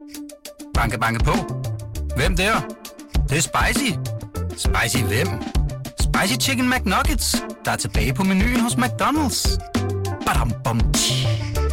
Banke, banke på. Hvem der? Det er spicy. Spicy hvem? Spicy Chicken McNuggets, der er tilbage på menuen hos McDonald's. Badum, bom, tji.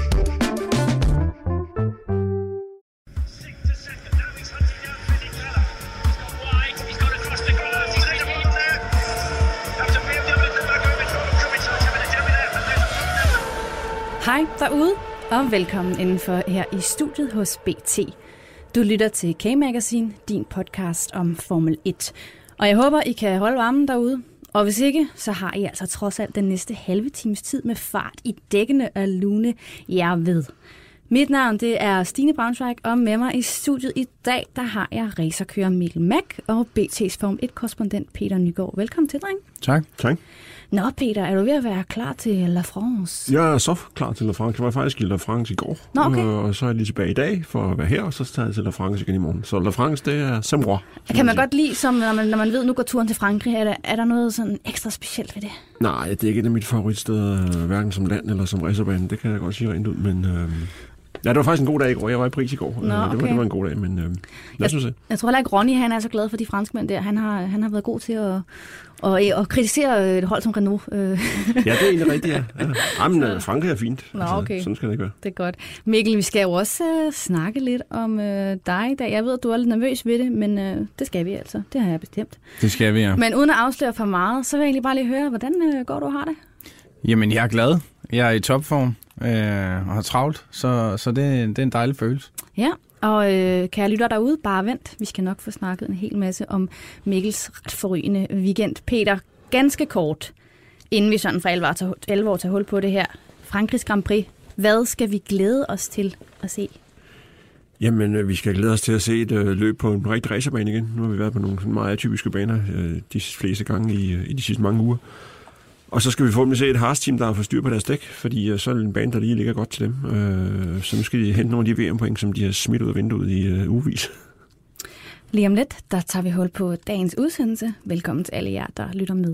Hej derude, og velkommen indenfor her i studiet hos BT. Du lytter til K-Magazine, din podcast om Formel 1. Og jeg håber, I kan holde varmen derude. Og hvis ikke, så har I altså trods alt den næste halve times tid med fart i dækkene af lune, jeg ved. Mit navn det er Stine Braunschweig, og med mig i studiet i dag, der har jeg racerkører Mikkel Mack og BT's Formel 1-korrespondent Peter Nygaard. Velkommen til, dreng. Tak. Nå, Peter, er du ved at være klar til La France? Jeg er så klar til La France. Jeg var faktisk i La France i går. Nå, okay. Og så er jeg lige tilbage i dag for at være her, og så tager jeg til La France igen i morgen. Så La France, det er semroi. Kan man godt lide, som når man ved, nu går turen til Frankrig, er der noget sådan ekstra specielt ved det? Nej, det er ikke et af mit favoritsteder, hverken som land eller som racerbane. Det kan jeg godt sige rent ud, men... Ja, det var faktisk en god dag i går. Jeg var i Paris i går. Nå, okay. Det var en god dag, men jeg tror heller ikke, Ronny han er så glad for de franskmænd der. Han har været god til at kritisere et hold som Renault. Ja, det er egentlig rigtigt, ja. Jamen, Frankrig er fint. Nå, okay. Sådan skal det ikke være. Det er godt. Mikkel, vi skal jo også snakke lidt om dig i dag. Jeg ved, at du er lidt nervøs ved det, men det skal vi altså. Det har jeg bestemt. Det skal vi, ja. Men uden at afsløre for meget, så vil jeg egentlig bare lige høre, hvordan går du og har det? Jamen, jeg er glad. Jeg er i topform og har travlt, så det er en dejlig følelse. Ja, og kære lytter derude, bare vent. Vi skal nok få snakket en hel masse om Mikkels ret forrygende weekend. Peter, ganske kort, inden vi sådan for alvor tager hul på det her. Frankrigs Grand Prix. Hvad skal vi glæde os til at se? Jamen, vi skal glæde os til at se et løb på en rigtig racerbane igen. Nu har vi været på nogle meget atypiske baner de fleste gange i de sidste mange uger. Og så skal vi forhåbentlig se et Haas-team, der har fået styr på deres dæk, fordi så er det en bane, der lige ligger godt til dem. Så nu skal de hente nogle af de VM-point, som de har smidt ud af vinduet i ugevis. Lige om lidt, der tager vi hul på dagens udsendelse. Velkommen til alle jer, der lytter med.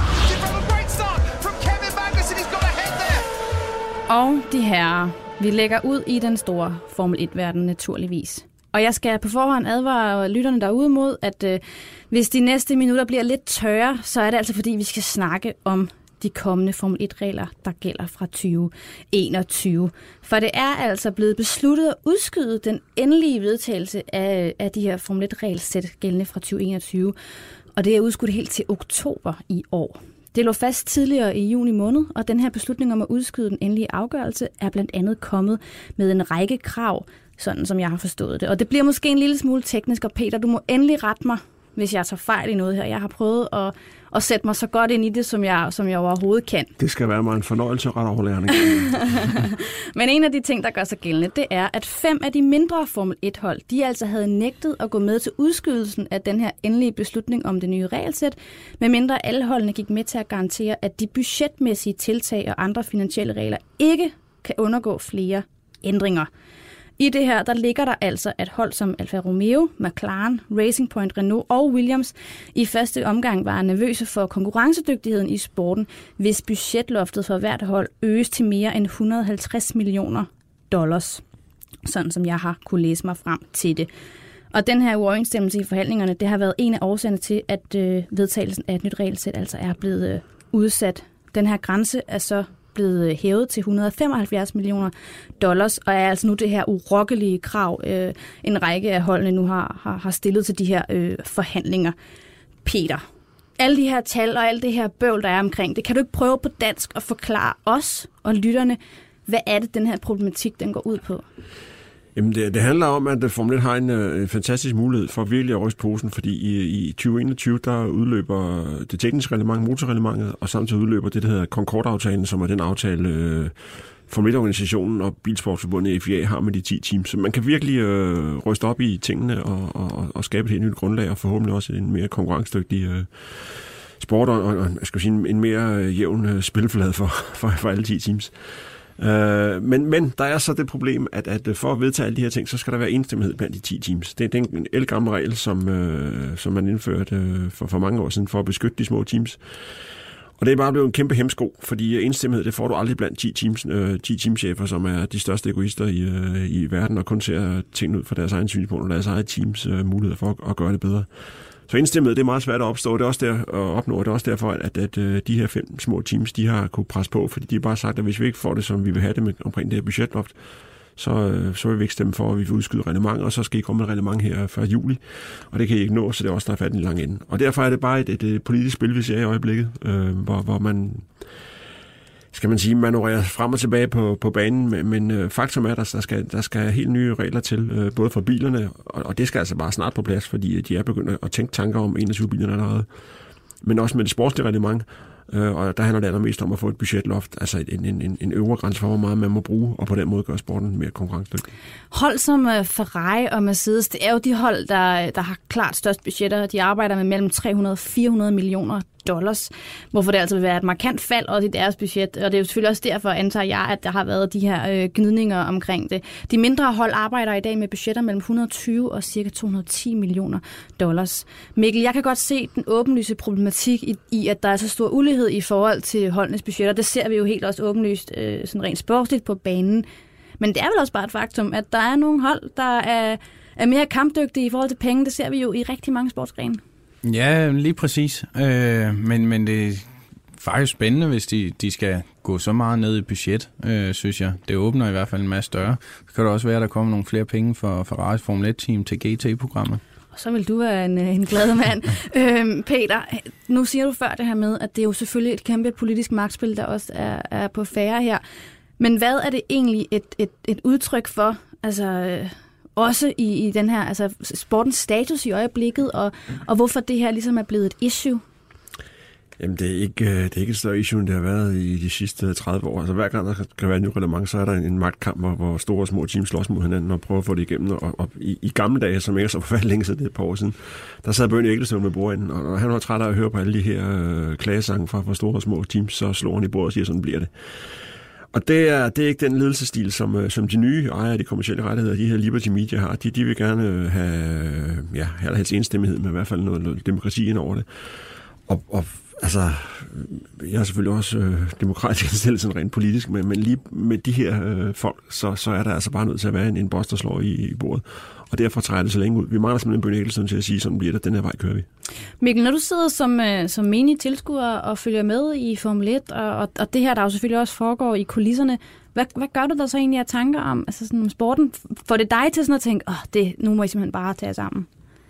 Og de herrer, vi lægger ud i den store Formel 1-verden naturligvis. Og jeg skal på forhånd advare lytterne derude mod, at hvis de næste minutter bliver lidt tørre, så er det altså fordi, vi skal snakke om de kommende Formel 1-regler, der gælder fra 2021. For det er altså blevet besluttet at udskyde den endelige vedtagelse af de her Formel 1-regelsæt gældende fra 2021. Og det er udskudt helt til oktober i år. Det lå fast tidligere i juni måned, og den her beslutning om at udskyde den endelige afgørelse er blandt andet kommet med en række krav, sådan som jeg har forstået det. Og det bliver måske en lille smule teknisk, og Peter, du må endelig rette mig, hvis jeg tager fejl i noget her. Jeg har prøvet at sætte mig så godt ind i det, som jeg overhovedet kan. Det skal være mig en fornøjelse at rette overlærerne. Men en af de ting, der gør sig gældende, det er, at 5 af de mindre Formel 1-hold, de altså havde nægtet at gå med til udskydelsen af den her endelige beslutning om det nye regelsæt, medmindre alle holdene gik med til at garantere, at de budgetmæssige tiltag og andre finansielle regler ikke kan undergå flere ændringer. I det her, der ligger der altså, at hold som Alfa Romeo, McLaren, Racing Point, Renault og Williams i første omgang var nervøse for konkurrencedygtigheden i sporten, hvis budgetloftet for hvert hold øges til mere end $150 millioner. Sådan som jeg har kunne læse mig frem til det. Og den her uoverensstemmelse i forhandlingerne, det har været en af årsagerne til, at vedtagelsen af et nyt regelsæt altså er blevet udsat. Den her grænse er så blevet hævet til $175 millioner, og er altså nu det her urokkelige krav, en række af holdene nu har stillet til de her forhandlinger. Peter, alle de her tal og alt det her bøvl, der er omkring det, kan du ikke prøve på dansk at forklare os og lytterne, hvad er det, den her problematik, den går ud på? Jamen, det handler om, at Formel 1 har en fantastisk mulighed for virkelig at ryste posen, fordi i 2021, der udløber det tekniske reglement, motorreglementet, og samtidig udløber det, der hedder Concorde-aftalen, som er den aftale, Formel 1-organisationen og Bilsportsforbundet FIA har med de 10 teams. Så man kan virkelig ryste op i tingene og skabe et helt nyt grundlag, og forhåbentlig også en mere konkurrencedygtig sport, og jeg skal sige, en mere jævn spilflade for alle 10 teams. Men der er så det problem, at for at vedtage alle de her ting, så skal der være enstemmighed blandt de 10 teams. Det er en ældgammel regel, som man indførte for mange år siden for at beskytte de små teams. Og det er bare blevet en kæmpe hemsko, fordi enstemmighed, det får du aldrig blandt 10 teamchefer, som er de største egoister i verden, og kun ser tingene ud fra deres egen synspunkt og deres eget teams muligheder for at gøre det bedre. Så enstemmighed, det er meget svært at opstå, det er også der at opnå, det er også derfor, at de her 5 små teams, de har kunne presse på, fordi de har bare sagt, at hvis vi ikke får det, som vi vil have det omkring det her budgetloft, så vil vi ikke stemme for, at vi vil udskyde reglement, og så skal I komme med reglement her før juli, og det kan I ikke nå, så det er også der er fat i en lang ende. Og derfor er det bare et politisk spil, vi ser i øjeblikket, hvor man, skal man sige, manøvrerer frem og tilbage på banen, men faktum er, at der skal helt nye regler til, både for bilerne, og det skal altså bare snart på plads, fordi de er begyndt at tænke tanker om 21 bilerne allerede, men også med det sportslige reglement. Og der handler det allermest om at få et budgetloft, altså en øvre grænse for, hvor meget man må bruge, og på den måde gøre sporten mere konkurrencedygtig. Hold som Ferrari og Mercedes, det er jo de hold, der har klart størst budgetter. De arbejder med mellem 300 og 400 millioner dollars, hvorfor det altså vil være et markant fald også i deres budget. Og det er jo selvfølgelig også derfor, antager jeg, at der har været de her gnidninger omkring det. De mindre hold arbejder i dag med budgetter mellem 120 og cirka 210 millioner dollars. Mikkel, jeg kan godt se den åbenlyse problematik i, at der er så stor ulighed i forhold til holdenes budgetter. Det ser vi jo helt også åbenlyst sådan rent sportsligt på banen. Men det er vel også bare et faktum, at der er nogle hold, der er mere kampdygtige i forhold til penge. Det ser vi jo i rigtig mange sportsgrene. Ja, lige præcis. Men det er faktisk spændende, hvis de skal gå så meget ned i budget, synes jeg. Det åbner i hvert fald en masse døre. Så kan det også være, at der kommer nogle flere penge for Ferraris Formel 1-team til GT-programmet. Og så vil du være en glad mand. Peter, nu siger du før det her med, at det er jo selvfølgelig et kæmpe politisk magtspil, der også er på færre her. Men hvad er det egentlig et udtryk for, altså også i den her, altså sportens status i øjeblikket, og hvorfor det her ligesom er blevet et issue? Jamen, det er ikke et større issue, end det har været i de sidste 30 år. Altså, hver gang der skal være en ny reglement, så er der en magtkamp, hvor store og små teams slås mod hinanden og prøver at få det igennem. Og i gamle dage, som ikke er så forfærdeligt længe siden, det er et par år siden, der sad Bernie Ecclestone med bordenden, og han var træt af at høre på alle de her klagesange fra store og små teams, så slår han i bordet og siger, sådan bliver det. Og det er ikke den ledelsesstil, som de nye ejere af de kommercielle rettigheder, de her Liberty Media har. De vil gerne have helst enstemmighed, med i hvert fald noget demokrati ind over det. Og altså, jeg er selvfølgelig også demokratisk indstillet sådan rent politisk, men lige med de her folk, så er der altså bare nødt til at være en boss, der slår i bordet. Og derfor træder det så længe ud. Vi mangler simpelthen Bernie Ecclestone til at sige, sådan bliver det, den her vej kører vi. Mikkel, når du sidder som menig tilskuer og følger med i Formel 1, og det her, der jo selvfølgelig også foregår i kulisserne, hvad gør du der så egentlig af tanker om, altså sådan om sporten? Får det dig til sådan at tænke, nu må I simpelthen bare tage sammen?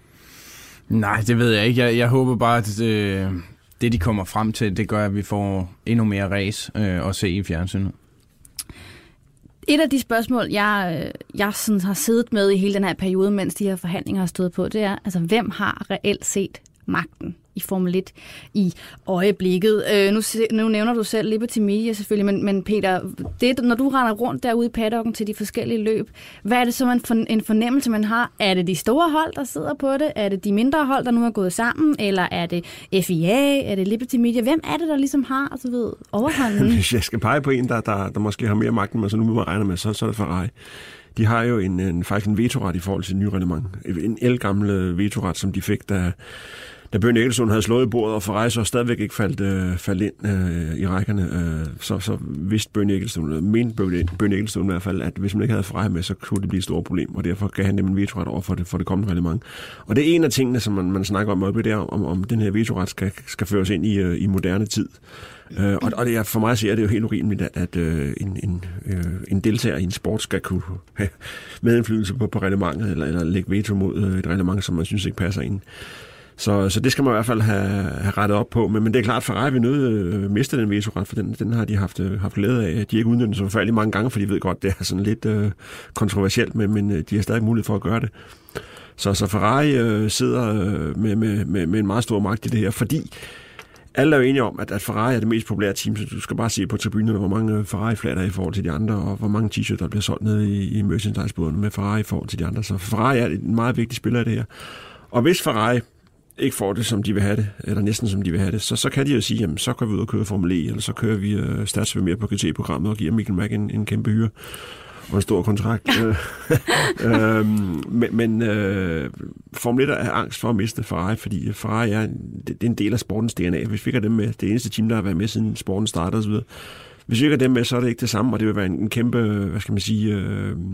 Nej, det ved jeg ikke. Jeg håber bare, at det, de kommer frem til, det gør, at vi får endnu mere race at se i fjernsynet. Et af de spørgsmål, jeg sådan har siddet med i hele den her periode, mens de her forhandlinger har stået på, det er, altså, hvem har reelt set magten i Formel 1 i øjeblikket? Nu nævner du selv Liberty Media selvfølgelig, men Peter, når du render rundt derude i paddocken til de forskellige løb, hvad er det så en fornemmelse, man har? Er det de store hold, der sidder på det? Er det de mindre hold, der nu er gået sammen? Eller er det FIA? Er det Liberty Media? Hvem er det, der ligesom har overhånden? Hvis jeg skal pege på en, der måske har mere magt, end man så nu må regne med, så er det Ferrari. De har jo faktisk en vetoret i forhold til en ny reglement. En ældgammel vetoret, som de fik, da Bernie Ecclestone havde slået i bordet, og Ferrari så stadigvæk ikke faldt ind i rækkerne, så vidste Bernie Ecclestone, mente Bernie Ecclestone i hvert fald, at hvis man ikke havde Ferrari med, så kunne det blive et stort problem, og derfor gav han dem en vetoret over for det kommende reglement. Og det er en af tingene, som man snakker om, det er, om den her vetoret skal føres ind i moderne tid. Og det er, for mig at sige, at det er jo helt urimeligt, at en deltager i en sport skal kunne have medindflydelse på reglementet, eller lægge veto mod et reglement, som man synes ikke passer ind. Så det skal man i hvert fald have rettet op på. Men det er klart, at Ferrari vil miste den vetoret, for den har de haft glæde af. De er ikke udnyttet så forfærdeligt mange gange, for de ved godt, det er sådan lidt kontroversielt, men de har stadig mulighed for at gøre det. Så Ferrari sidder med en meget stor magt i det her, fordi alle er jo enige om, at Ferrari er det mest populære team, så du skal bare se på tribunerne, hvor mange Ferrari-flag der er i forhold til de andre, og hvor mange t-shirts, der bliver solgt ned i merchandise-bådene med Ferrari i forhold til de andre. Så Ferrari er en meget vigtig spiller i det her. Og hvis Ferrari ikke får det, som de vil have det, eller næsten som de vil have det, så kan de jo sige, jamen, så går vi ud og kører Formel E, eller så kører vi Stats mere på GT-programmet og giver Michael Mack en kæmpe hyre. og en stor kontrakt. men Formel 1 er angst for at miste Ferrari, fordi Ferrari det er en del af sportens DNA. Hvis vi ikke har dem med, det eneste team, der har været med siden sporten startede osv. Hvis vi ikke har dem med, så er det ikke det samme, og det vil være en kæmpe, hvad skal man sige,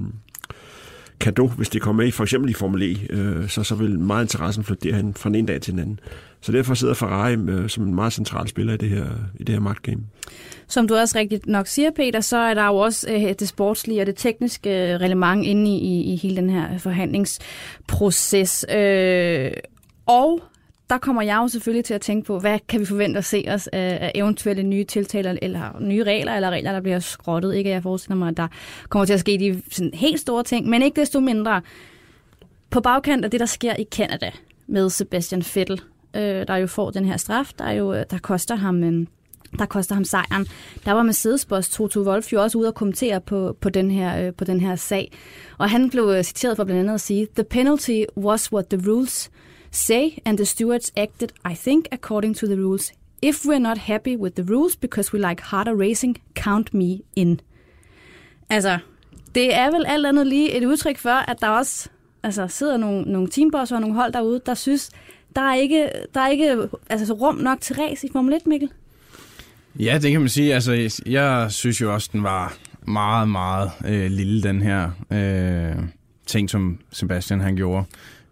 cadeau, hvis det kommer med, for eksempel i Formel E, så vil meget interessen flytte derhen fra den ene dag til den anden. Så derfor sidder Ferrari som en meget central spiller i det her magtgame. Som du også rigtigt nok siger, Peter, så er der jo også det sportslige og det tekniske reglement inde i hele den her forhandlingsproces. Og der kommer jeg jo selvfølgelig til at tænke på, hvad kan vi forvente at se os af eventuelle nye tiltaler, eller nye regler, eller regler, der bliver skrottet. Ikke at jeg forestiller mig, at der kommer til at ske de sådan helt store ting, men ikke desto mindre. På bagkant af det, der sker i Canada med Sebastian Vettel, der jo får den her straf, der koster ham sejren. Der var Mercedes-boss Toto Wolff jo også ude og kommentere på den her sag. Og han blev citeret for blandt andet at sige, "The penalty was what the rules say, and the stewards acted, I think, according to the rules. If we're not happy with the rules because we like harder racing, count me in." Altså, det er vel alt andet lige et udtryk for, at der også sidder nogle teambosser og nogle hold derude, der synes, der er ikke rum nok til race i Formel 1, Mikkel. Ja, det kan man sige. Altså, jeg synes jo også, den var meget, meget lille, den her ting, som Sebastian han gjorde.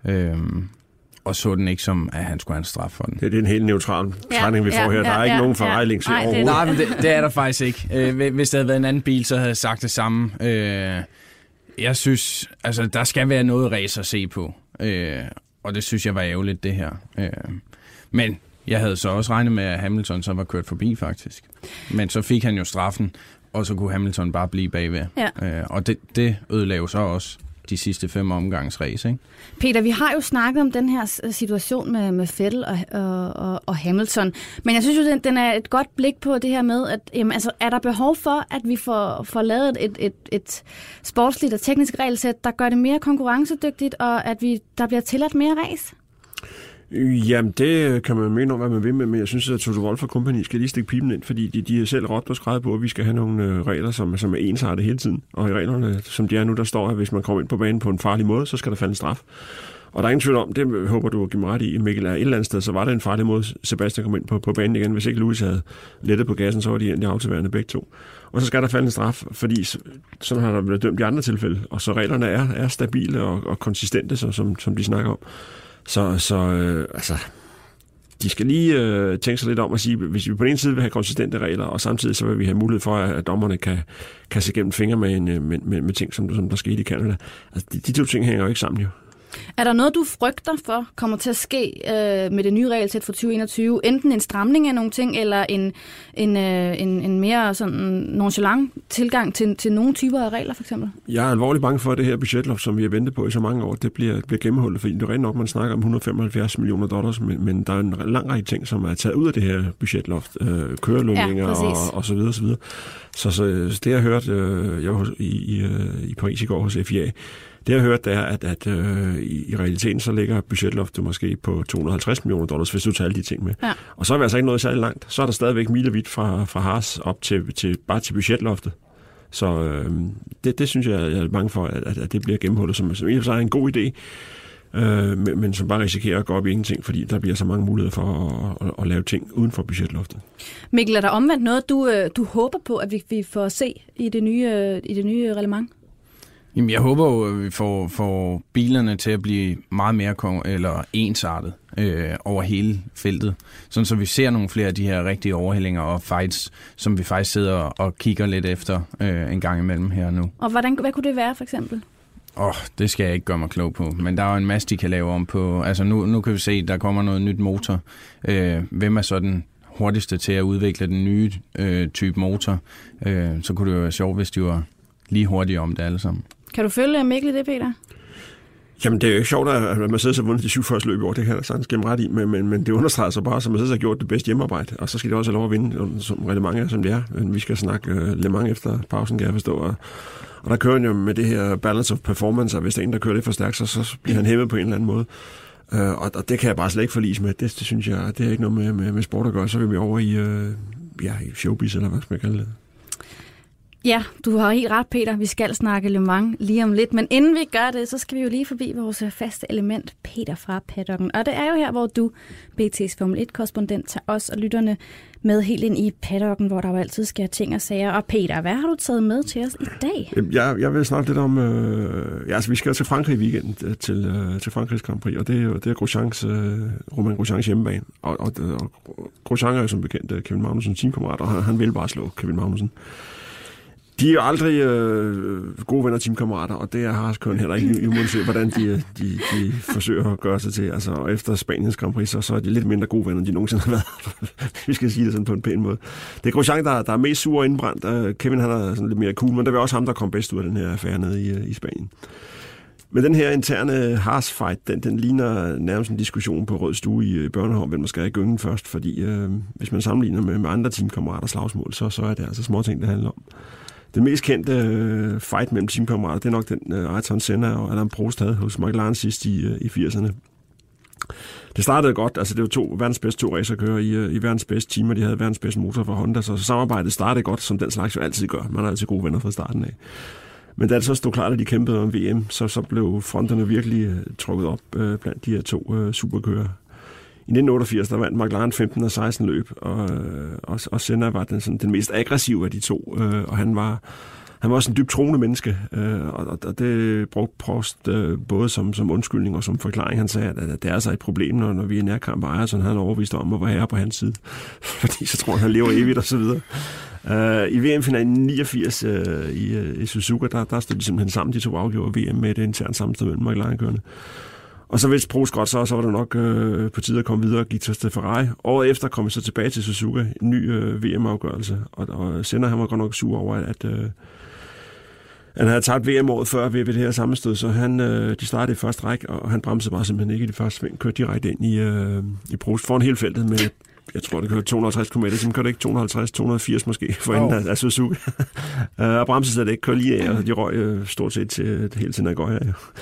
Og så den ikke som, at han skulle have en straf for den. Det er en helt neutral træning, vi får her. Der er ikke nogen Ferrari-links overhovedet. Nej, men det er der faktisk ikke. Hvis der havde været en anden bil, så havde jeg sagt det samme. Jeg synes, der skal være noget race at se på. Og det synes jeg var ærgerligt, det her. Men jeg havde så også regnet med, at Hamilton så var kørt forbi, faktisk. Men så fik han jo straffen, og så kunne Hamilton bare blive bagved. Ja. Og det ødelagde så også de sidste 5 omgangs race, ikke? Peter, vi har jo snakket om den her situation med Vettel og Hamilton, men jeg synes jo, den er et godt blik på det her med, at er der behov for, at vi får lavet et sportsligt og teknisk regelsæt, der gør det mere konkurrencedygtigt, og at der bliver tilladt mere race? Jamen, det kan man mene om, hvad man vil med, men jeg synes, at Toto Wolff og Company skal lige stikke pipen ind, fordi de er selv råbt og skrevet på, at vi skal have nogle regler, som er ensartet hele tiden. Og i reglerne, som de er nu, der står, at hvis man kommer ind på banen på en farlig måde, så skal der falde en straf. Og der er ingen tvivl om, det håber du at give mig ret i, Mikkel, at et eller andet sted, så var det en farlig måde, Sebastian kom ind på banen igen. Hvis ikke Lewis havde lettet på gassen, så var de egentlig aftilværende begge to. Og så skal der falde en straf, fordi sådan har der blevet dømt i andre tilfælde. Og så reglerne er stabile og konsistente, som de snakker om. Så de skal lige tænke sig lidt om at sige, hvis vi på den ene side vil have konsistente regler, og samtidig så vil vi have mulighed for, at dommerne kan se gennem fingre med ting, som der skete i Canada. Altså, de to ting hænger jo ikke sammen, jo. Er der noget, du frygter for kommer til at ske med det nye regelsæt for 2021? Enten en stramning af nogle ting, eller en mere sådan nonchalant tilgang til nogle typer af regler, for eksempel? Jeg er alvorligt bange for, at det her budgetloft, som vi har ventet på i så mange år, det bliver gennemhullet, fordi det er rent nok, man snakker om $175 million, men der er en lang række ting, som er taget ud af det her budgetloft. Kørelønninger og så videre, så videre. Så det jeg hørte, jeg var i Paris i går hos FIA, det jeg har hørt, det er, at i realiteten så ligger budgetloftet måske på $250 million, hvis du tager alle de ting med. Ja. Og så er vi altså ikke nået særlig langt. Så er der stadigvæk milevidt fra Haas op bare til budgetloftet. Så det synes jeg er bange for, at det bliver gennemhullet, som i og for sig er en god idé, men som bare risikerer at gå op i ingenting, fordi der bliver så mange muligheder for at lave ting uden for budgetloftet. Mikkel, er der omvendt noget, du håber på, at vi får se i det nye reglement? Jamen, jeg håber jo, at vi får bilerne til at blive meget mere ensartet over hele feltet. Sådan så vi ser nogle flere af de her rigtige overhældinger og fights, som vi faktisk sidder og kigger lidt efter en gang imellem her nu. Og hvad kunne det være, for eksempel? Det skal jeg ikke gøre mig klog på. Men der er jo en masse, de kan lave om på. Altså nu kan vi se, at der kommer noget nyt motor. Hvem er så den hurtigste til at udvikle den nye type motor? Så kunne det jo være sjovt, hvis de var lige hurtige om det alle sammen. Kan du følge Mikkel i det, Peter? Jamen, det er jo ikke sjovt, at Mercedes har vundet de 7 første løb i år. Det kan jeg sagtens gemme ret i, men det understreger så bare, at Mercedes har gjort det bedste hjemmearbejde, og så skal de også have lov at vinde, som rigtig mange er, som det er. Men vi skal snakke Le Mans efter pausen, kan jeg forstå. Og der kører han jo med det her balance of performance, og hvis der er en, der kører det for stærkt, så bliver han hævet på en eller anden måde. Og det kan jeg bare slet ikke forlige med. Det synes jeg, det er ikke noget med sport at gøre. Så er vi over i showbiz, eller hvad skal man kalde det. Ja, du har helt ret, Peter. Vi skal snakke Le Mans lige om lidt. Men inden vi gør det, så skal vi jo lige forbi vores faste element, Peter fra paddocken. Og det er jo her, hvor du, BT's Formel 1-korrespondent, tager os og lytterne med helt ind i paddocken, hvor der jo altid sker ting og sager. Og Peter, hvad har du taget med til os i dag? Jeg vil snakke lidt om... vi skal til Frankrig i weekenden, til Frankrigs Grand Prix, og det er Romain Grosjeans hjemmebane. Og Grosjean er jo som bekendt Kevin Magnusens teamkammerat, og han vil bare slå Kevin Magnussen. De er jo aldrig gode venner og teamkammerater, og det er Haas-køren heller ikke, uanset hvordan de forsøger at gøre sig til. Altså, og efter Spaniens Grand Prix, så er de lidt mindre gode venner, end de nogensinde har været. Vi skal sige det sådan på en pæn måde. Det er Grosjean, der er mest sur og indbrændt. Kevin, han er sådan lidt mere cool, men der var også ham, der kom bedst ud af den her affære nede i Spanien. Men den her interne Haas-fight, den ligner nærmest en diskussion på Rød Stue i børnehaven, hvem man skal i gyngen først, fordi hvis man sammenligner med andre teamkammerater slagsmål, så er det altså små ting, det handler om. Den mest kendte fight mellem teamkammerater, det er nok den Ayrton Senna og Alain Prost havde hos McLaren sidst i 80'erne. Det startede godt, altså det var verdens bedste to racerkører i verdens bedste team, og de havde verdens bedste motor for Honda, så samarbejdet startede godt, som den slags jo altid gør. Man er altid gode venner fra starten af. Men da det så stod klart, at de kæmpede om VM, så blev fronterne virkelig trukket op blandt de her to superkører. I 1988 der vandt McLaren 15 og 16 løb, og Senna var den mest aggressive af de to, og han var også en dybt troende menneske, og det brugte Prost både som undskyldning og som forklaring. Han sagde, at det er altså et problem, når vi er i nærkamp af Ayrton, han er overbevist om at være herre på hans side, fordi så tror han lever evigt og så videre. I VM-finalen 89 i Suzuka, der stod de simpelthen sammen, de to afgjorde VM med et internt sammenstød mellem McLaren-kørende. Og så hvis Prost godt, så var det nok på tide at komme videre og give til Ferrari. Året efter kom vi så tilbage til Suzuka, en ny VM-afgørelse, og Senna han var godt nok sur over, at han havde taget VM-året før ved det her sammenstød, så de startede i første række, og han bremsede bare simpelthen ikke i det første sving, kørte direkte ind i Prost foran hele feltet med, jeg tror, det kørte 260 km, så kørte ikke 250-280 måske, for enden af Suzuka. Og bremsede slet ikke, kørte lige af, og de røg stort set helt til Nagoya.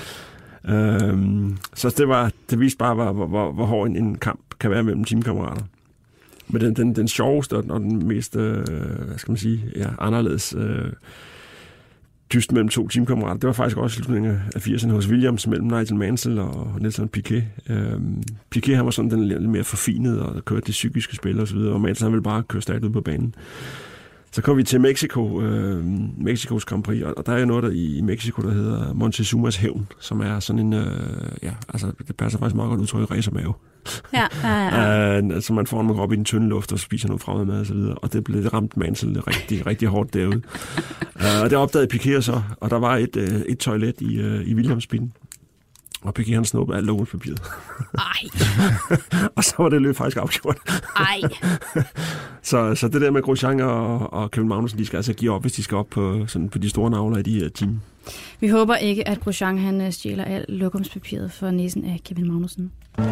Så det viste bare, hvor hård en kamp kan være mellem teamkammerater. Men den sjoveste og den mest, anderledes dyst mellem to teamkammerater, det var faktisk også slutningen af 80'erne hos Williams mellem Nigel Mansell og Nelson Piquet. Piquet han var sådan den lidt mere forfinet og kørte det psykiske spil og så videre, og Mansell han ville bare køre stærkt ud på banen. Så kom vi til Mexikos Grand Prix, og der er jo noget der i Mexico, der hedder Montezumas hævn, som er sådan en, det passer faktisk meget godt udtryk, racermave. Ja. Så man får en op i den tynde luft og spiser noget fremmed mad og så videre, og det blev ramt Mansell rigtig, rigtig hårdt derude. Og det opdagede Piquet så, og der var et toilet i Williams-bilen. Og Piquet han snuppede alt logopapiret. Og så var det løb faktisk afgjort. Så det der med Grosjean og Kevin Magnussen, de skal altså give op, hvis de skal op på de store navler i de her team. Vi håber ikke, at Grosjean han stjæler alt lokumspapiret for næsen af Kevin Magnussen.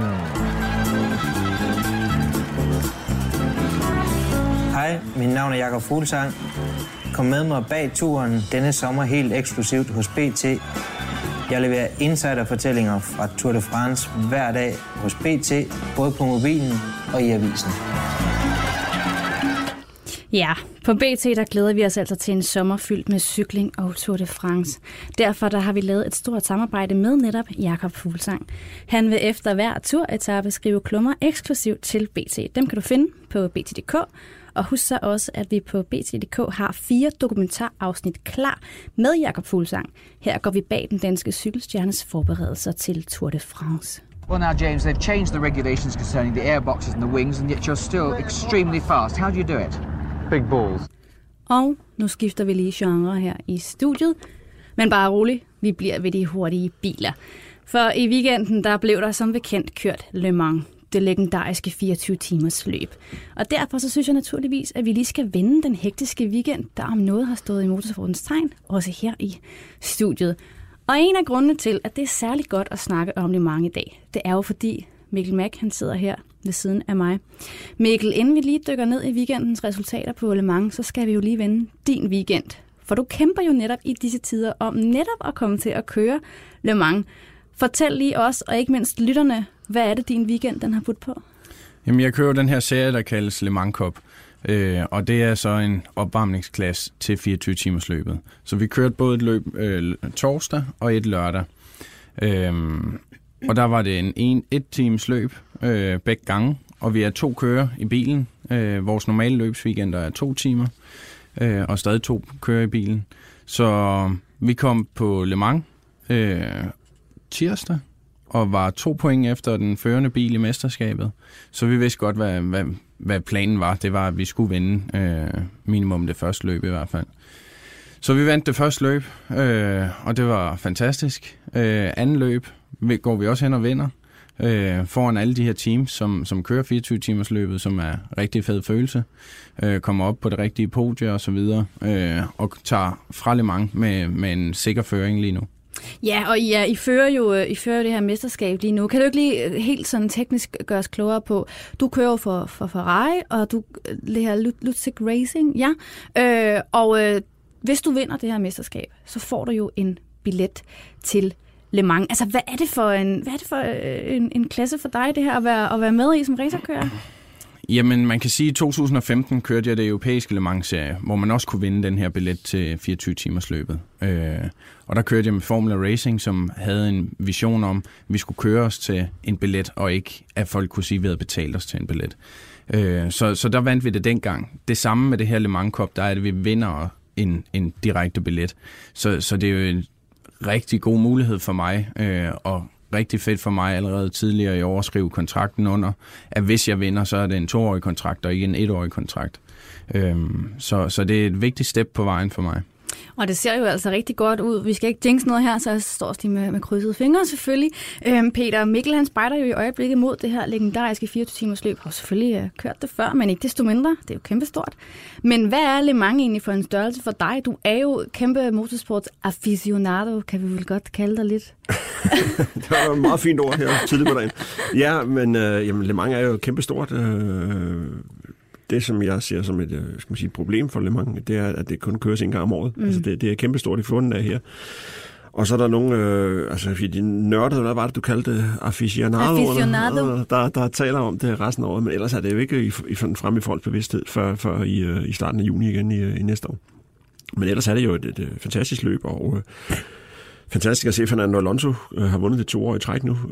Hej, mit navn er Jakob Fuglsang. Kom med mig bag turen denne sommer helt eksklusivt hos BT. Jeg leverer insiderfortællinger fra Tour de France hver dag hos BT, både på mobilen og i avisen. Ja, på BT der glæder vi os altså til en sommer fyldt med cykling og Tour de France. Derfor der har vi lavet et stort samarbejde med netop Jakob Fuglsang. Han vil efter hver turetappe skrive klummer eksklusivt til BT. Dem kan du finde på bt.dk. Og husk så også, at vi på bt.dk har 4 dokumentarafsnit klar med Jakob Fuglsang. Her går vi bag den danske cykelstjernes forberedelser til Tour de France. Well now, James, they've changed the regulations concerning the airboxes and the wings, and yet you're still extremely fast. How do you do it? Big balls. Og nu skifter vi lige genre her i studiet. Men bare rolig, vi bliver ved de hurtige biler. For i weekenden, der blev der som bekendt kørt Le Mans. Det legendariske 24 timers løb. Og derfor så synes jeg naturligvis, at vi lige skal vende den hektiske weekend, der om noget har stået i motorsportens tegn, også her i studiet. Og en af grundene til, at det er særlig godt at snakke om Le Mans i dag, det er jo fordi Mikkel Mack, han sidder her ved siden af mig. Mikkel, inden vi lige dykker ned i weekendens resultater på Le Mans, så skal vi jo lige vende din weekend. For du kæmper jo netop i disse tider om netop at komme til at køre Le Mans. Fortæl lige os, og ikke mindst lytterne, hvad er det din weekend, den har budt på? Jamen, jeg kører den her serie, der kaldes Le Mans Cup. Og det er så en opvarmningsklasse til 24 timers løbet. Så vi kørte både et løb torsdag og et lørdag. Og der var det et times løb begge gange, og vi er 2 kører i bilen. Vores normale løbsweekender er 2 timer, og stadig 2 kører i bilen. Så vi kom på Le Mans tirsdag, og var 2 point efter den førende bil i mesterskabet. Så vi vidste godt, hvad planen var. Det var, at vi skulle vinde minimum det første løb i hvert fald. Så vi vandt det første løb, og det var fantastisk. Anden løb går vi også hen og vinder foran alle de her teams, som kører 24 timers løbet, som er rigtig fed følelse. Kommer op på det rigtige podie og så videre, og tager fra Le Mans med en sikker føring lige nu. Ja, og I fører jo det her mesterskab lige nu. Kan du ikke lige helt sådan teknisk gøre os klogere på, du kører jo for Ferrari, og du det her Lutzyk Racing, ja. Hvis du vinder det her mesterskab, så får du jo en billet til Le Mans. Altså, hvad er det for en klasse for dig, det her at være med i som racerkører? Jamen, man kan sige, at i 2015 kørte jeg det europæiske Le Mans-serie, hvor man også kunne vinde den her billet til 24 timers løbet. Og der kørte jeg med Formula Racing, som havde en vision om, at vi skulle køre os til en billet, og ikke at folk kunne sige, at vi havde betalt os til en billet. Så der vandt vi det dengang. Det samme med det her Le Mans Cup, der er det, vi vinder en direkte billet. Så det er jo en rigtig god mulighed for mig, og rigtig fedt for mig allerede tidligere i år at skrive kontrakten under, at hvis jeg vinder, så er det en 2-årig kontrakt, og ikke en 1-årig kontrakt. Så det er et vigtigt step på vejen for mig. Og det ser jo altså rigtig godt ud. Vi skal ikke jinx noget her, så jeg står også lige med krydsede fingre selvfølgelig. Peter Mikkel, han spejder jo i øjeblikket mod det her legendariske 24 timers løb. Har selvfølgelig kørt det før, men ikke desto mindre. Det er jo kæmpestort. Men hvad er Le Mans egentlig for en størrelse for dig? Du er jo kæmpe motorsports aficionado, kan vi vel godt kalde dig lidt. Det var et meget fint ord her tidligt på dagen. Ja, men Le Mans er jo kæmpestort. Det, som jeg ser som et problem for Le Mans, det er, at det kun køres en gang om året. Altså, det er kæmpestort i fundet af her. Og så er der nogle, de nørdede, hvad var det, du kaldte det? Aficionado. Der taler om det resten af året, men ellers er det jo ikke fremme i folks bevidsthed før i starten af juni igen i næste år. Men ellers er det jo et fantastisk løb, og fantastisk at se, at Fernando Alonso har vundet det 2 år i træk nu.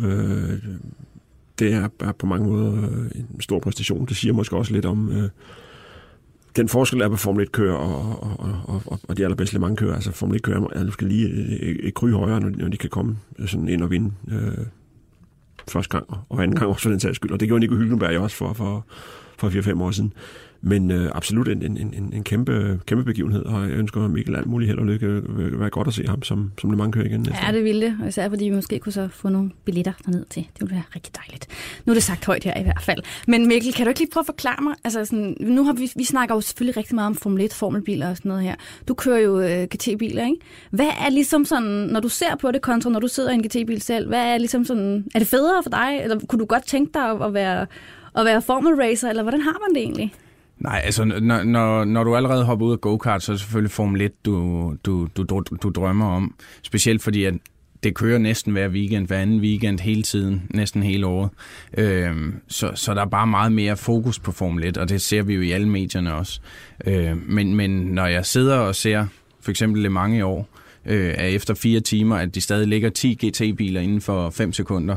Det er på mange måder en stor præstation. Det siger måske også lidt om den forskel, der er på Formel 1-kører og de allerbedste Le Mans-kører. Altså Formel 1-kører skal lige et kry højere, når de kan komme sådan ind og vinde første gang og anden gang også for den sags skyld. Og det gjorde Nico Hülkenberg også for 4-5 år siden. Men absolut en kæmpe begivenhed, og jeg ønsker Mikkel alt muligt held og lykke. Det vil være godt at se ham som Le Mans-kører igen næste år. Ja, det ville det, især fordi vi måske kunne så få nogle billetter derned til. Det ville være rigtig dejligt. Nu er det sagt højt her i hvert fald. Men Mikkel, kan du ikke lige prøve at forklare mig? Altså sådan, nu har vi snakker jo selvfølgelig rigtig meget om Formel 1, formelbiler og sådan noget her. Du kører jo GT-biler, ikke? Hvad er ligesom sådan, når du ser på det kontra, når du sidder i en GT-bil selv, hvad er ligesom sådan, er det federe for dig? Eller kunne du godt tænke dig at være Formel racer, eller hvordan har man det egentlig? Nej, altså når du allerede hopper ud af go-kart, så er det selvfølgelig Formel 1, du drømmer om. Specielt fordi, at det kører næsten hver anden weekend, hele tiden, næsten hele året. Så der er bare meget mere fokus på Formel 1, og det ser vi jo i alle medierne også. Men når jeg sidder og ser for eksempel Le Mans i år, er efter 4 timer, at de stadig ligger 10 GT-biler inden for 5 sekunder,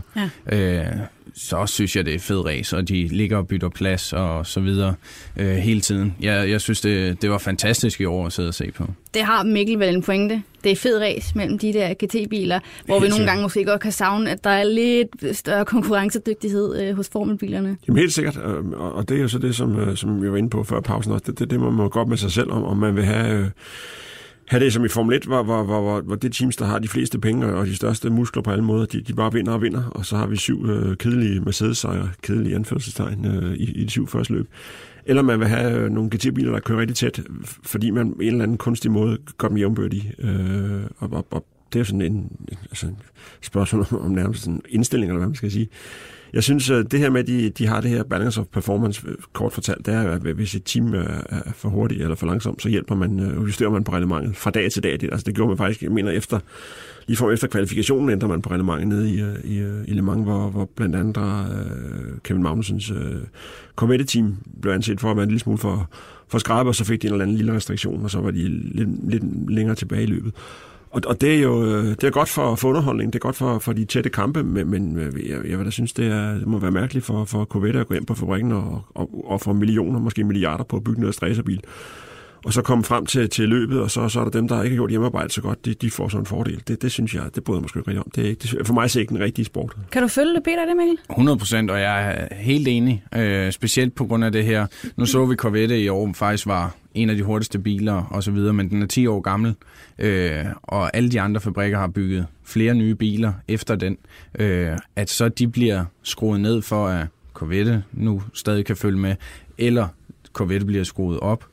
så synes jeg, det er fed race, og de ligger og bytter plads og så videre hele tiden. Jeg synes, det var fantastisk i år at sidde og se på. Det har Mikkel vel en pointe. Det er fed race mellem de der GT-biler, hvor vi nogle gange måske godt kan savne, at der er lidt større konkurrencedygtighed hos formelbilerne. Jamen helt sikkert, og det er jo så det, som vi var inde på før pausen også. Det må man godt med sig selv, om man vil have det som i Formel 1, hvor det teams, der har de fleste penge og de største muskler på alle måder, de bare vinder og vinder, og så har vi 7 kedelige Mercedes-sejre, kedelige anførselstegn i de 7 første løb. Eller man vil have nogle GT-biler, der kører rigtig tæt, fordi man på en eller anden kunstig måde gør dem jævnbyrdige. Og det er sådan en spørgsmål om nærmest en indstilling, eller hvad man skal sige. Jeg synes, at det her med, at de har det her balance of performance, kort fortalt, det er, at hvis et team er for hurtigt eller for langsomt, så hjælper man, justerer man på reglementet fra dag til dag. Altså det gjorde man faktisk, jeg mener, efter kvalifikationen ændrer man på reglementet nede i Le Mans, hvor blandt andet Kevin Magnusens Corvette-team blev anset for at være en lille smule for skrabe, og så fik de en eller anden lille restriktion, og så var de lidt længere tilbage i løbet. Og det er jo det er godt for underholdning, det er godt for de tætte kampe, men jeg vil da synes, det må være mærkeligt for Corvette at gå ind på fabrikken og få millioner, måske milliarder på at bygge noget racerbil. Og så komme frem til løbet, og så er der dem, der ikke har gjort hjemmearbejde så godt, de får sådan en fordel. Det synes jeg, det bryder jeg måske ikke rigtig om. Det er ikke, for mig er det ikke den rigtige sport. Kan du følge det, Peter, det, Mikkel? 100%, og jeg er helt enig. Specielt på grund af det her. Nu så vi Corvette i år faktisk var en af de hurtigste biler og så videre, men den er 10 år gammel, og alle de andre fabrikker har bygget flere nye biler efter den. At så de bliver skruet ned for, at Corvette nu stadig kan følge med, eller Corvette bliver skruet op.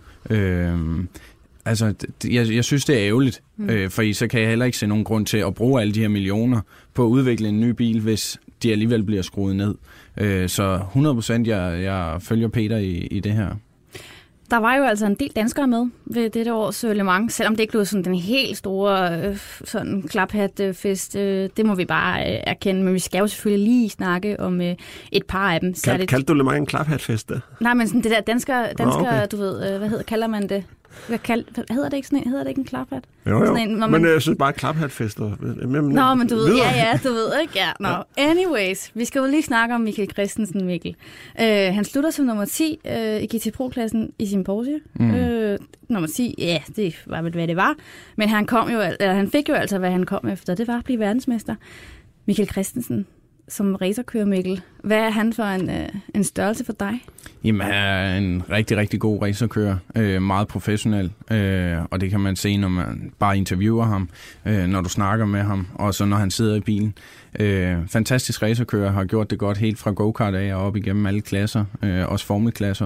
Jeg synes, det er ærgerligt, for så kan jeg heller ikke se nogen grund til at bruge alle de her millioner på at udvikle en ny bil, hvis de alligevel bliver skruet ned. Så 100% jeg følger Peter i det her. Der var jo altså en del danskere med ved dette års Le Mans, selvom det ikke blev sådan den helt store sådan klaphatfest. Det må vi bare erkende, men vi skal jo selvfølgelig lige snakke om et par af dem. Kaldte du Le Mans en klaphatfest da? Nej, men sådan det der danskere okay. Du ved, kalder man det? Hedder det ikke sådan en? Hedder det ikke en klaphat? Jo. Men jeg synes bare klaphatfester. Nå, men du ved, ja, du ved, ikke? Ja, no. Anyways, vi skal jo lige snakke om Michael Christensen, Mikkel. Han slutter som nummer 10 i GT Pro-klassen i sin Porsche. Nummer 10, ja, det var vel, hvad det var. Men han fik jo altså, hvad han kom efter. Det var at blive verdensmester. Michael Christensen, som racerkører, Mikkel. Hvad er han for en størrelse for dig? Jamen, han er en rigtig, rigtig god racerkører. Meget professionel. Og det kan man se, når man bare interviewer ham, når du snakker med ham, og så når han sidder i bilen. Fantastisk racerkører, har gjort det godt helt fra go-kart af og op igennem alle klasser, også formelklasser.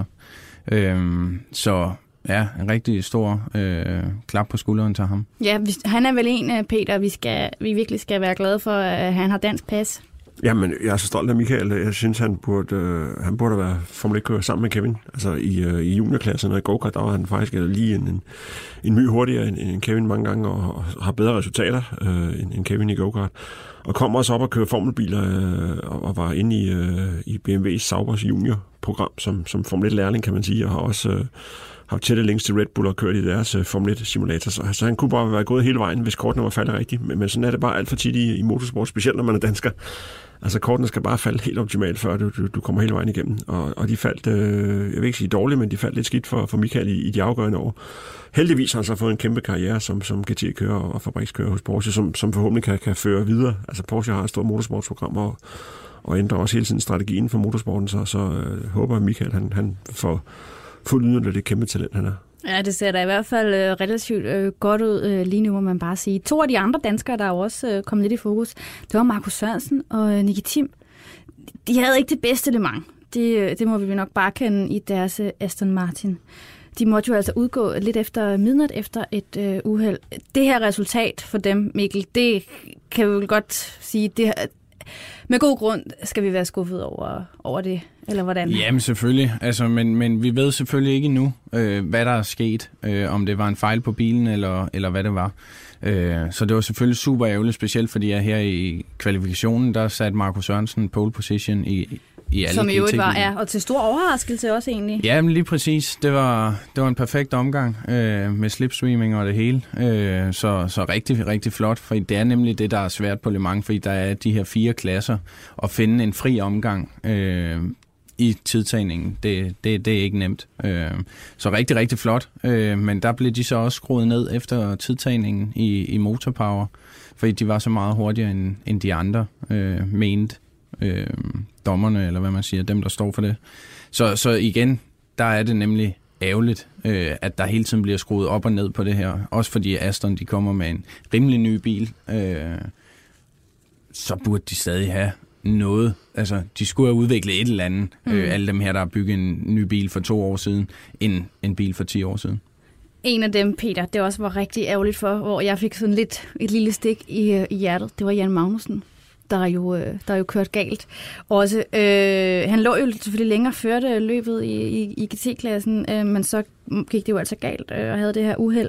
Så ja, en rigtig stor klap på skulderen til ham. Ja, han er vel en, Peter, vi virkelig skal være glade for, at han har dansk pas. Jamen, jeg er så stolt af Michael. Jeg synes, han burde være Formel 1-kører sammen med Kevin. Altså i juniorklassen og i go-kart, der var han faktisk lige en my hurtigere end Kevin mange gange, og har bedre resultater end Kevin i go-kart. Og kom også op og køre formelbiler, og var inde i BMW's Saubers junior-program som Formel 1-lærling, kan man sige, og har også haft tætte links til Red Bull og kørt i deres Formel 1-simulator. Så han kunne bare være gået hele vejen, hvis kortene var faldet rigtigt. Men sådan er det bare alt for tit i motorsport, specielt når man er dansker. Altså kortene skal bare falde helt optimalt, før du kommer hele vejen igennem. Og de faldt, jeg vil ikke sige dårligt, men de faldt lidt skidt for Michael i de afgørende år. Heldigvis har han så fået en kæmpe karriere som GT-kører og fabrikskører hos Porsche, som forhåbentlig kan føre videre. Altså Porsche har et stort motorsportsprogram og ændrer også hele tiden strategien for motorsporten, så håber Michael, han får fuldt udnyttet det kæmpe talent, han er. Ja, det ser da i hvert fald relativt godt ud lige nu, må man bare sige. 2 af de andre danskere, der er jo også kommet lidt i fokus, det var Markus Sørensen og Nicky Thiem. De havde ikke det bedste Le Mans. Det må vi nok bare kende i deres Aston Martin. De måtte jo altså udgå lidt efter midnat efter et uheld. Det her resultat for dem, Mikkel, det kan vi vel godt sige, det med god grund skal vi være skuffet over det, eller hvordan? Jamen selvfølgelig, altså, men vi ved selvfølgelig ikke endnu, hvad der er sket, om det var en fejl på bilen, eller hvad det var. Så det var selvfølgelig super ærgerligt, specielt fordi jeg her i kvalifikationen, der satte Markus Sørensen pole position i alle som i øvrigt var, og til stor overraskelse også egentlig. Ja, men lige præcis. Det var en perfekt omgang med slipstreaming og det hele. Så rigtig, rigtig flot, for det er nemlig det, der er svært på Le Mans, fordi der er de her 4 klasser, at finde en fri omgang i tidtagningen. Det er ikke nemt. Så rigtig, rigtig flot. Men der blev de så også skruet ned efter tidtagningen i motorpower, fordi de var så meget hurtigere end de andre mente. Dommerne, eller hvad man siger, dem der står for det. Så igen, der er det nemlig ærgerligt, at der hele tiden bliver skruet op og ned på det her. Også fordi Aston, de kommer med en rimelig ny bil, så burde de stadig have noget. Altså, de skulle have udviklet et eller andet, alle dem her, der har bygget en ny bil for 2 år siden, end en bil for 10 år siden. En af dem, Peter, det også var rigtig ærgerligt for, hvor jeg fik sådan lidt et lille stik i hjertet. Det var Jan Magnussen, der er jo kørt galt. Også, han lå jo selvfølgelig længere førte løbet i GT-klassen, men så gik det jo altså galt og havde det her uheld.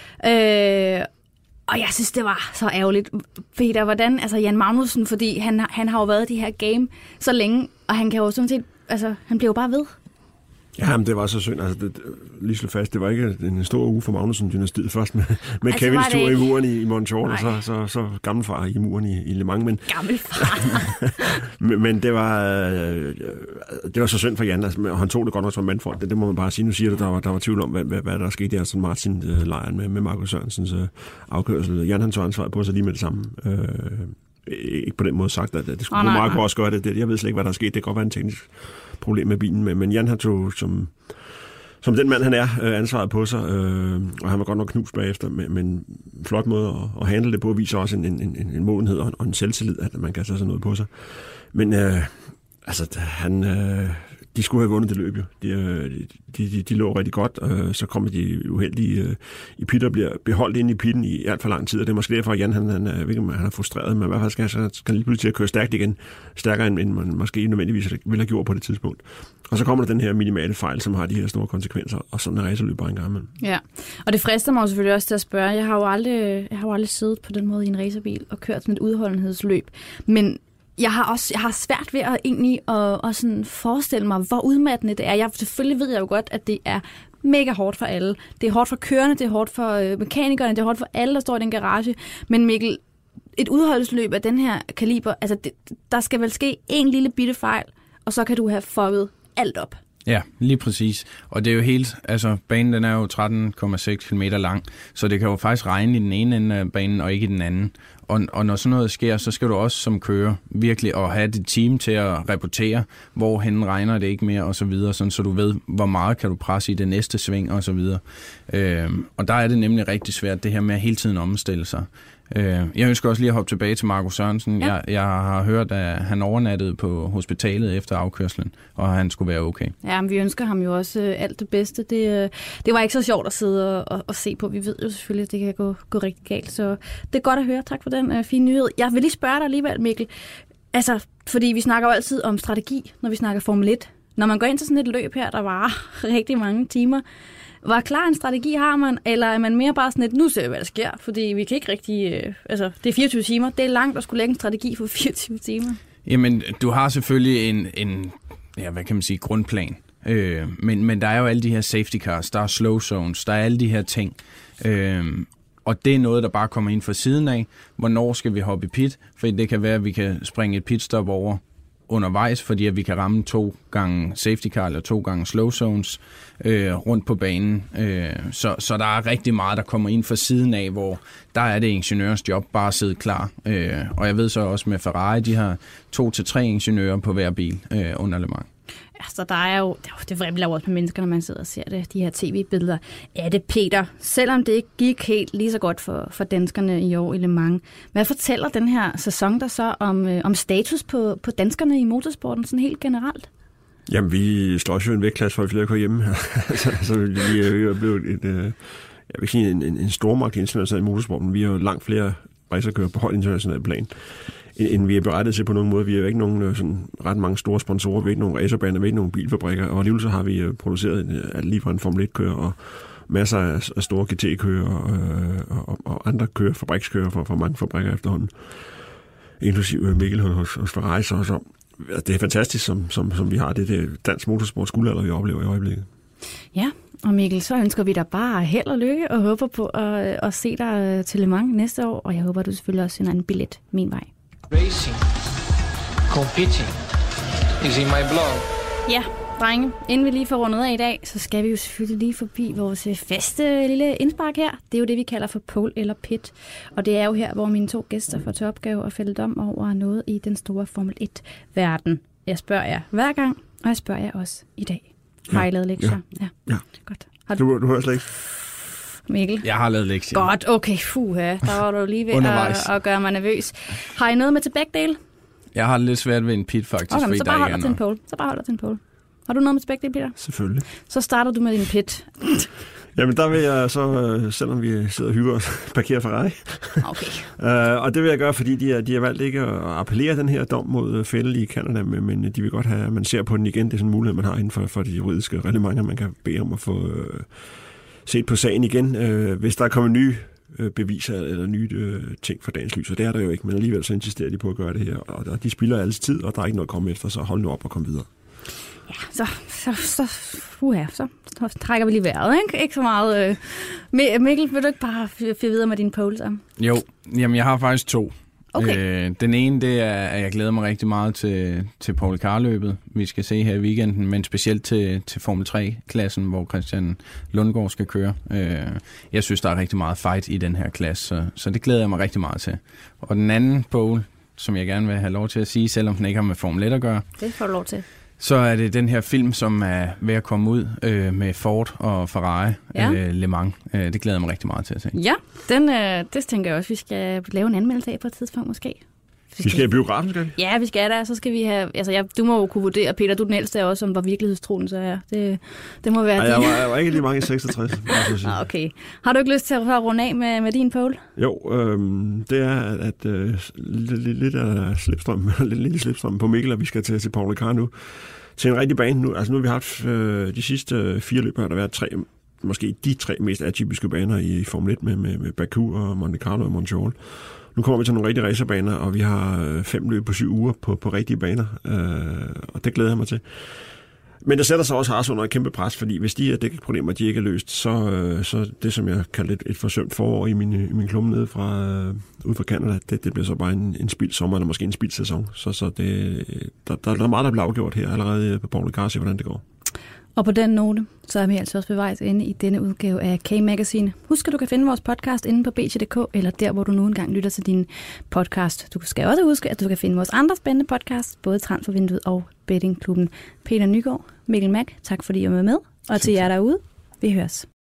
Og jeg synes, det var så ærgerligt. Peter, hvordan, altså Jan Magnussen, fordi han har jo været i det her game så længe, og han kan jo sådan set, altså han bliver jo bare ved. Ja, men det var så synd. Altså, lige slå fast, det var ikke en stor uge for Magnussen-dynastiet først med altså, Kevins tur i muren i Montreal, og så gammelfar i muren i Le Mans. Men, gammelfar? men det var så synd for Jan, altså, og han tog det godt nok som mandfolk. Det må man bare sige. Nu siger du, der var tvivl om, hvad der skete i Aston Martin-lejren med Markus Sørensens afkørsel. Jan han tog ansvaret på sig lige med det samme. Ikke på den måde sagt, at det skulle Marco også gøre det. Jeg ved slet ikke, hvad der er sket. Det kan godt være en teknisk problem med bilen, men Jan har tog som den mand han er, ansvaret på sig, og han var godt nok knust bagefter, men en flot måde at handle det på, viser også en modenhed og en selvtillid, at man kan tage sådan noget på sig. Men de skulle have vundet det løb jo. De lå rigtig godt, så kommer de uheldige i pit og bliver beholdt inde i pitten i alt for lang tid, og det er måske derfor, at Jan han er frustreret, men i hvert fald skal han lige pludselig køre stærkt igen, stærkere end man måske nødvendigvis ville have gjort på det tidspunkt. Og så kommer der den her minimale fejl, som har de her store konsekvenser, og sådan er racerløb bare en gang imellem. Ja, og det frister mig selvfølgelig også til at spørge. Jeg har jo aldrig siddet på den måde i en racerbil og kørt sådan et udholdenhedsløb, men jeg har svært ved at egentlig at sådan forestille mig, hvor udmattende det er. Selvfølgelig ved jeg jo godt, at det er mega hårdt for alle. Det er hårdt for kørerne, det er hårdt for mekanikerne, det er hårdt for alle, der står i den garage. Men Mikkel, et udholdenhedsløb af den her kaliber, altså der skal vel ske en lille bitte fejl, og så kan du have fucket alt op. Ja, lige præcis. Og det er jo helt, altså banen den er jo 13,6 km lang, så det kan jo faktisk regne i den ene ende af banen og ikke i den anden. Og når sådan noget sker, så skal du også som kører virkelig at have dit team til at rapportere, hvorhen regner det ikke mere og så videre, sådan, så du ved, hvor meget kan du presse i det næste sving og så videre. Og der er det nemlig rigtig svært, det her med at hele tiden omstille sig. Jeg ønsker også lige at hoppe tilbage til Markus Sørensen. Ja. Jeg har hørt, at han overnattede på hospitalet efter afkørslen, og han skulle være okay. Ja, men vi ønsker ham jo også alt det bedste. Det var ikke så sjovt at sidde og se på. Vi ved jo selvfølgelig, at det kan gå rigtig galt, så det er godt at høre. Tak for den fine nyhed. Jeg vil lige spørge dig alligevel, Mikkel. Altså, fordi vi snakker jo altid om strategi, når vi snakker Formel 1. Når man går ind til sådan et løb her, der varer rigtig mange timer, hvor klar en strategi har man, eller er man mere bare sådan et, nu ser vi, hvad der sker, fordi vi kan ikke rigtig, det er 24 timer, det er langt at skulle lægge en strategi for 24 timer. Jamen, du har selvfølgelig en hvad kan man sige, grundplan, men der er jo alle de her safety cars, der er slow zones, der er alle de her ting, og det er noget, der bare kommer ind fra siden af, hvornår skal vi hoppe i pit, for det kan være, at vi kan springe et pitstop over undervejs, fordi at vi kan ramme 2 gange safety car eller 2 gange slow zones rundt på banen. Så der er rigtig meget, der kommer ind fra siden af, hvor der er det ingeniørens job bare at sidde klar. Og jeg ved så også med Ferrari, de har 2 til 3 ingeniører på hver bil under Le Mans. Altså, der er jo det vrimler også med mennesker, når man sidder og ser det, de her tv-billeder. Er det, Peter, selvom det ikke gik helt lige så godt for danskerne i år i Le Mans, hvad fortæller den her sæson der så om status på danskerne i motorsporten sådan helt generelt? Jamen, vi slår jo en vægtklasse for flere kører hjemme. så vi er blevet en stormagt international i motorsporten. Vi har jo langt flere racerkører på højt international plan, end vi er berettet til på nogen måde. Vi har jo ikke nogen sådan ret mange store sponsorer, vi har ikke nogen racerbaner, vi har ikke nogen bilfabrikker, og alligevel så har vi produceret lige fra en Formel 1-kører og masser af store GT-kører og andre kører, fabrikskører for mange fabrikker efterhånden, inklusive Mikkel hos Ferrari. Så det er fantastisk, som vi har det dansk motorsports guldalder, vi oplever i øjeblikket. Ja, og Mikkel, så ønsker vi dig bare held og lykke, og håber på at se dig til Le Mans næste år, og jeg håber, du selvfølgelig også sender en billet min vej. Racing, competing is in my blood. Ja, drenge, inden vi lige får rundet af i dag, så skal vi jo selvfølgelig lige forbi vores faste lille indspark her. Det er jo det, vi kalder for pole eller pit. Og det er jo her, hvor mine 2 gæster får til opgave at fælde dom over noget i den store Formel 1-verden. Jeg spørger jer hver gang, og jeg spørger jer også i dag. Har I lavet lektier? Ja. Godt. Du hører slet ikke. Mikkel? Jeg har lavet lektier. Godt, okay, der var du lige ved at gøre mig nervøs. Har I noget med til begge dele? Jeg har lidt svært ved en pit, faktisk. Okay, så bare hold dig til en pole. Har du noget med til begge dele, Peter? Selvfølgelig. Så starter du med din pit. Jamen, der vil jeg så, selvom vi sidder og hygger os, parkere Ferrari. Okay. Og det vil jeg gøre, fordi de har valgt ikke at appellere den her dom mod Vettel i Canada, men de vil godt have, at man ser på den igen. Det er sådan en mulighed, man har inden for de juridiske reglementer, man kan bede om at få set på sagen igen, hvis der er kommet nye beviser eller nye ting for dagens lys, og det er der jo ikke, men alligevel så insisterer de på at gøre det her, og de spilder alles tid, og der er ikke noget at komme efter, så hold nu op og kom videre. Ja, så trækker vi lige vejret, ikke? Ikke så meget. Mikkel, vil du ikke bare fire videre med dine polls om? Jo, jamen jeg har faktisk 2. Okay. Den ene, det er, at jeg glæder mig rigtig meget til Paul Carr-løbet, vi skal se her i weekenden, men specielt til Formel 3-klassen, hvor Christian Lundgaard skal køre. Jeg synes, der er rigtig meget fight i den her klasse, så det glæder jeg mig rigtig meget til. Og den anden poll, som jeg gerne vil have lov til at sige, selvom den ikke har med Formel 1 at gøre, det får du lov til. Så er det den her film, som er ved at komme ud med Ford og Ferrari, Le Mans. Det glæder jeg mig rigtig meget til at se. Ja, det tænker jeg også, vi skal lave en anmeldelse af på et tidspunkt måske. Vi skal i biografen, skal vi? Ja, vi skal der. Så skal vi have... Altså, du må jo kunne vurdere, Peter, du den ældste også, om hvor virkelighedstroen så er. Det må være... Jeg var ikke lige mange i 66. Okay. Har du ikke lyst til at runde af med din poll? Jo, det er at lidt af slipstrøm på Mikkel, og vi skal til Paul Carr nu. Til en rigtig bane nu. Altså nu har vi haft de sidste 4 løb, har der været måske de 3 mest atypiske baner i Formel 1 med Baku og Monte Carlo og Montreal. Nu kommer vi til nogle rigtige racerbaner, og vi har 5 løb på 7 uger på rigtige baner, og det glæder jeg mig til. Men der sætter sig også Haas under et kæmpe pres, fordi hvis de her dækproblemer de ikke er løst, så det, som jeg kalder et forsømt forår i min klumme nede ude fra Canada, det bliver så bare en spild sommer, eller måske en spild sæson. Så der er meget, der bliver afgjort her allerede på Paul Carr, hvordan det går. Og på den note, så er vi altså også ved vejs inde i denne udgave af K-Magazine. Husk, at du kan finde vores podcast inde på BT.dk, eller der, hvor du nu engang lytter til din podcast. Du skal også huske, at du kan finde vores andre spændende podcasts, både Transfervinduet og Bettingklubben. Peter Nygaard, Mikkel Mack, tak fordi I var med. Og til jer derude, vi høres.